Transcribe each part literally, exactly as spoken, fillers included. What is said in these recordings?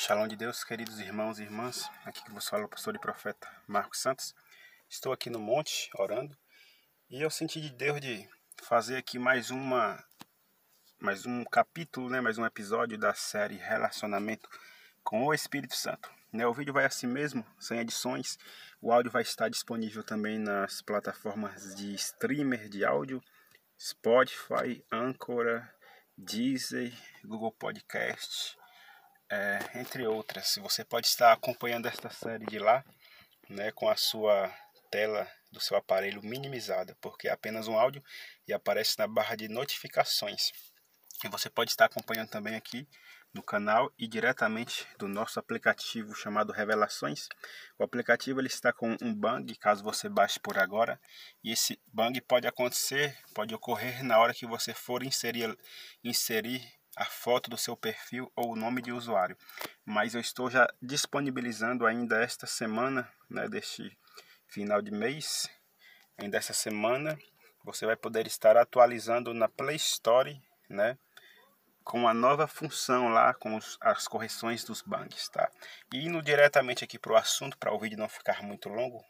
Shalom de Deus, queridos irmãos e irmãs. Aqui que vos fala o pastor e profeta Marcos Santos. Estou aqui no monte orando e eu senti de Deus de fazer aqui mais uma mais um capítulo, né, mais um episódio da série Relacionamento com o Espírito Santo. Né, o vídeo vai assim mesmo, sem edições. O áudio vai estar disponível também nas plataformas de streamer de áudio, Spotify, Anchor, Deezer, Google Podcast. É, entre outras. Você pode estar acompanhando esta série de lá, né, com a sua tela do seu aparelho minimizada, porque é apenas um áudio e aparece na barra de notificações. E você pode estar acompanhando também aqui no canal e diretamente do nosso aplicativo chamado Revelações. O aplicativo ele está com um bug, caso você baixe por agora, e esse bug pode acontecer, pode ocorrer na hora que você for inserir, inserir a foto do seu perfil ou o nome de usuário. Mas eu estou já disponibilizando ainda esta semana, né, deste final de mês, ainda essa semana, você vai poder estar atualizando na Play Store, né, com a nova função lá, com os, as correções dos bugs, tá? E indo diretamente aqui para o assunto, para o vídeo não ficar muito longo,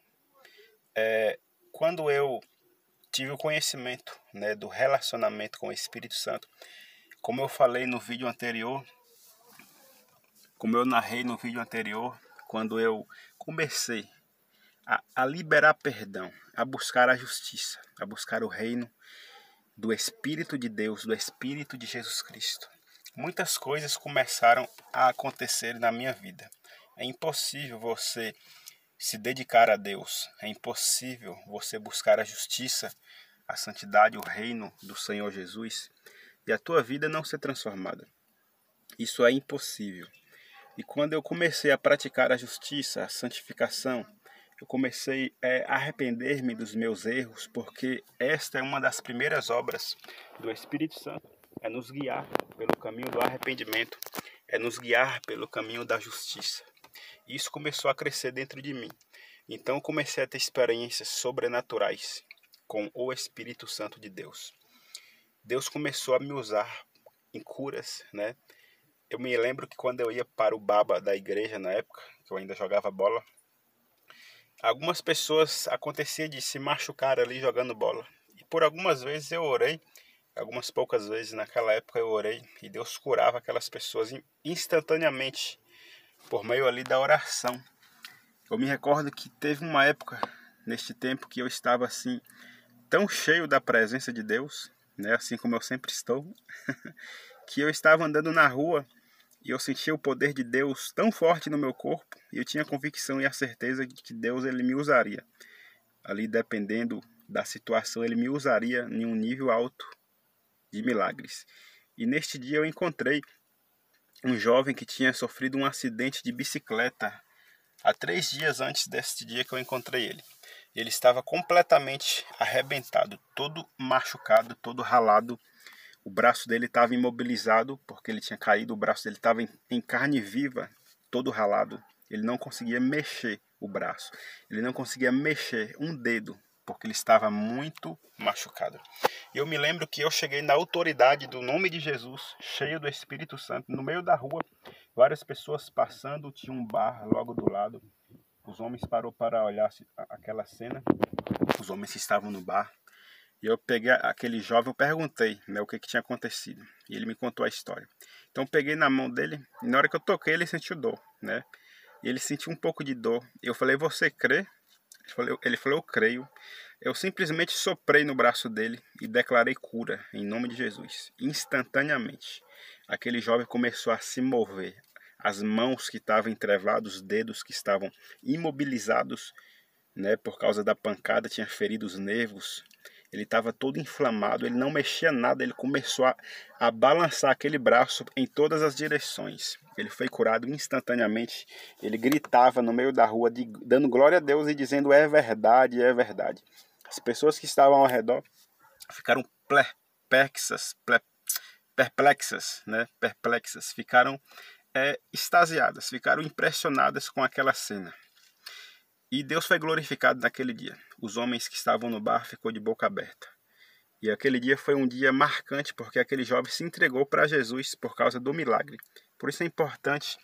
é, quando eu tive o conhecimento, né, do relacionamento com o Espírito Santo, como eu falei no vídeo anterior, como eu narrei no vídeo anterior, quando eu comecei a, a liberar perdão, a buscar a justiça, a buscar o reino do Espírito de Deus, do Espírito de Jesus Cristo, muitas coisas começaram a acontecer na minha vida. É impossível você se dedicar a Deus, é impossível você buscar a justiça, a santidade, o reino do Senhor Jesus, e a tua vida não ser transformada. Isso é impossível. E quando eu comecei a praticar a justiça, a santificação, eu comecei é, a arrepender-me dos meus erros, porque esta é uma das primeiras obras do Espírito Santo, é nos guiar pelo caminho do arrependimento, é nos guiar pelo caminho da justiça. E isso começou a crescer dentro de mim. Então eu comecei a ter experiências sobrenaturais com o Espírito Santo de Deus. Deus começou a me usar em curas, né? Eu me lembro que quando eu ia para o baba da igreja na época, que eu ainda jogava bola, algumas pessoas acontecia de se machucar ali jogando bola. E por algumas vezes eu orei, algumas poucas vezes naquela época eu orei, e Deus curava aquelas pessoas instantaneamente, por meio ali da oração. Eu me recordo que teve uma época, neste tempo, que eu estava assim, tão cheio da presença de Deus, né, assim como eu sempre estou, que eu estava andando na rua e eu sentia o poder de Deus tão forte no meu corpo, e eu tinha a convicção e a certeza de que Deus ele me usaria. Ali, dependendo da situação, ele me usaria em um nível alto de milagres. E neste dia eu encontrei um jovem que tinha sofrido um acidente de bicicleta há três dias antes deste dia que eu encontrei ele. Ele estava completamente arrebentado, todo machucado, todo ralado. O braço dele estava imobilizado, porque ele tinha caído, o braço dele estava em, em carne viva, todo ralado. Ele não conseguia mexer o braço, ele não conseguia mexer um dedo, porque ele estava muito machucado. Eu me lembro que eu cheguei na autoridade do nome de Jesus, cheio do Espírito Santo, no meio da rua, várias pessoas passando, tinha um bar logo do lado. Os homens pararam para olhar aquela cena, os homens que estavam no bar. E eu peguei aquele jovem, eu perguntei, né, o que, que tinha acontecido. E ele me contou a história. Então eu peguei na mão dele, e na hora que eu toquei, ele sentiu dor, né? E ele sentiu um pouco de dor. Eu falei, você crê? Ele falou, ele falou, eu creio. Eu simplesmente soprei no braço dele e declarei cura, em nome de Jesus. Instantaneamente, aquele jovem começou a se mover. As mãos que estavam entrevadas, os dedos que estavam imobilizados, né, por causa da pancada, tinha ferido os nervos. Ele estava todo inflamado, ele não mexia nada, ele começou a, a balançar aquele braço em todas as direções. Ele foi curado instantaneamente, ele gritava no meio da rua, de, dando glória a Deus e dizendo, é verdade, é verdade. As pessoas que estavam ao redor ficaram perplexas, perplexas, né? perplexas, ficaram é, extasiadas, ficaram impressionadas com aquela cena. E Deus foi glorificado naquele dia. Os homens que estavam no bar ficou de boca aberta. E aquele dia foi um dia marcante, porque aquele jovem se entregou para Jesus por causa do milagre. Por isso é importante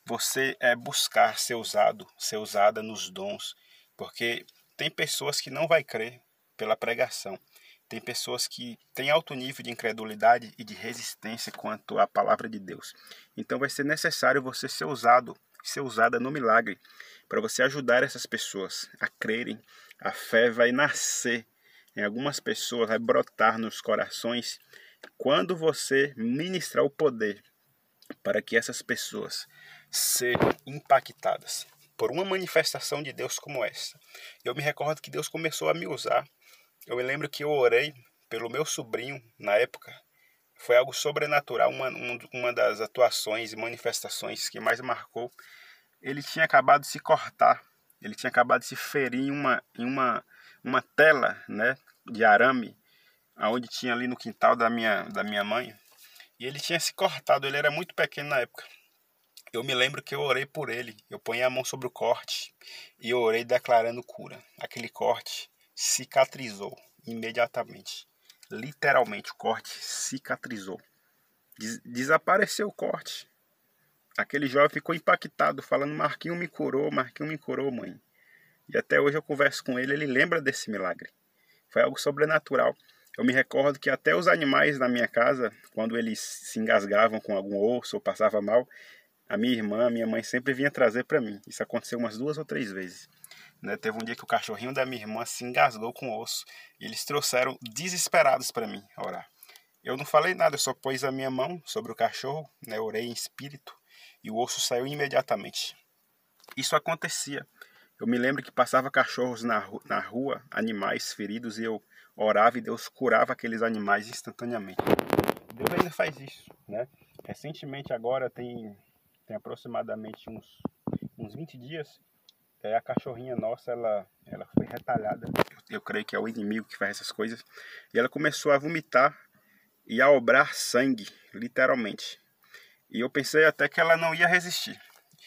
você é buscar ser usado, ser usada nos dons, porque tem pessoas que não vai crer pela pregação. Tem pessoas que têm alto nível de incredulidade e de resistência quanto à palavra de Deus. Então vai ser necessário você ser usado, ser usada no milagre, para você ajudar essas pessoas a crerem. A fé vai nascer em algumas pessoas, vai brotar nos corações quando você ministrar o poder para que essas pessoas sejam impactadas por uma manifestação de Deus como essa. Eu me recordo que Deus começou a me usar. Eu me lembro que eu orei pelo meu sobrinho na época. Foi algo sobrenatural, uma, uma das atuações e manifestações que mais marcou. Ele tinha acabado de se cortar, ele tinha acabado de se ferir em uma, em uma, uma tela, né, de arame, onde tinha ali no quintal da minha, da minha mãe. E ele tinha se cortado, ele era muito pequeno na época. Eu me lembro que eu orei por ele, eu ponhi a mão sobre o corte e eu orei declarando cura. Aquele corte cicatrizou imediatamente. Literalmente, o corte cicatrizou. Des- desapareceu o corte. Aquele jovem ficou impactado, falando: Marquinho me curou, Marquinho me curou, mãe. E até hoje eu converso com ele, ele lembra desse milagre. Foi algo sobrenatural. Eu me recordo que até os animais na minha casa, quando eles se engasgavam com algum osso ou passava mal, a minha irmã, a minha mãe sempre vinha trazer para mim. Isso aconteceu umas duas ou três vezes. Né? Teve um dia que o cachorrinho da minha irmã se engasgou com o osso. E eles trouxeram desesperados para mim orar. Eu não falei nada, eu só pus a minha mão sobre o cachorro, né? Orei em espírito e o osso saiu imediatamente. Isso acontecia. Eu me lembro que passava cachorros na, ru- na rua, animais feridos, e eu orava e Deus curava aqueles animais instantaneamente. Deus ainda faz isso, né? Recentemente agora, tem, tem aproximadamente uns, uns vinte dias, é, a cachorrinha nossa, ela, ela foi retalhada. Eu, eu creio que é o inimigo que faz essas coisas. E ela começou a vomitar e a obrar sangue, literalmente. E eu pensei até que ela não ia resistir.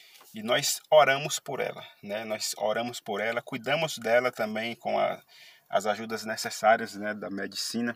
E nós oramos por ela, né? Nós oramos por ela, cuidamos dela também com a, as ajudas necessárias, né, da medicina,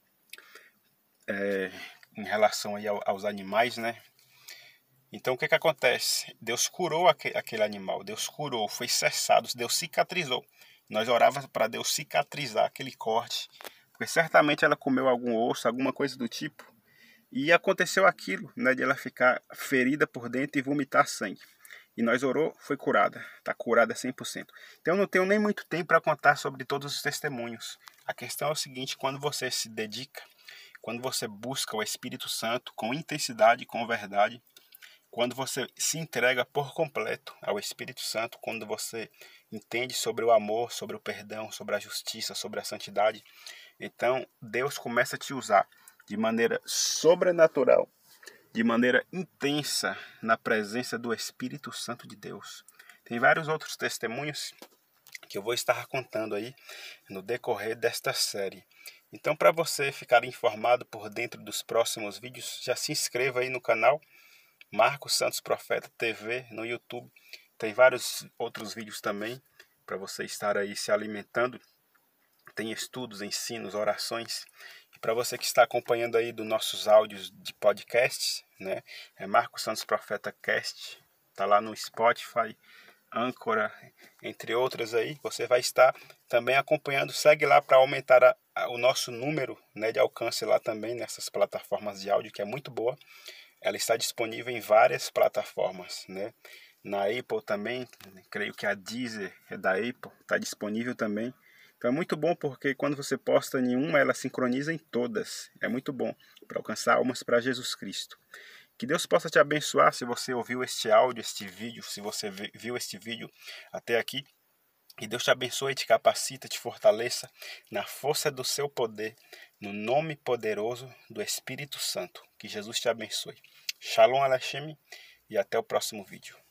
é, em relação aí ao, aos animais, né? Então o que que acontece? Deus curou aquele, aquele animal, Deus curou, foi cessado, Deus cicatrizou. Nós orávamos para Deus cicatrizar aquele corte, porque certamente ela comeu algum osso, alguma coisa do tipo, e aconteceu aquilo, né, de ela ficar ferida por dentro e vomitar sangue. E nós orou, foi curada. Está curada cem por cento. Então eu não tenho nem muito tempo para contar sobre todos os testemunhos. A questão é o seguinte: quando você se dedica, quando você busca o Espírito Santo com intensidade, com verdade, quando você se entrega por completo ao Espírito Santo, quando você entende sobre o amor, sobre o perdão, sobre a justiça, sobre a santidade, então Deus começa a te usar de maneira sobrenatural, de maneira intensa, na presença do Espírito Santo de Deus. Tem vários outros testemunhos que eu vou estar contando aí no decorrer desta série. Então, para você ficar informado por dentro dos próximos vídeos, já se inscreva aí no canal Marcos Santos Profeta T V no YouTube. Tem vários outros vídeos também para você estar aí se alimentando. Tem estudos, ensinos, orações. E para você que está acompanhando aí dos nossos áudios de podcasts, né? É Marcos Santos Profeta Cast. Tá lá no Spotify, Anchor, entre outras aí. Você vai estar também acompanhando. Segue lá para aumentar a, a, o nosso número, né, de alcance lá também nessas plataformas de áudio, que é muito boa. Ela está disponível em várias plataformas, né? Na Apple também, creio que a Deezer é da Apple, está disponível também. Então é muito bom porque quando você posta em uma, ela sincroniza em todas. É muito bom para alcançar almas para Jesus Cristo. Que Deus possa te abençoar se você ouviu este áudio, este vídeo, se você viu este vídeo até aqui. Que Deus te abençoe, te capacita, te fortaleça na força do seu poder, no nome poderoso do Espírito Santo. Que Jesus te abençoe. Shalom Alechem e até o próximo vídeo.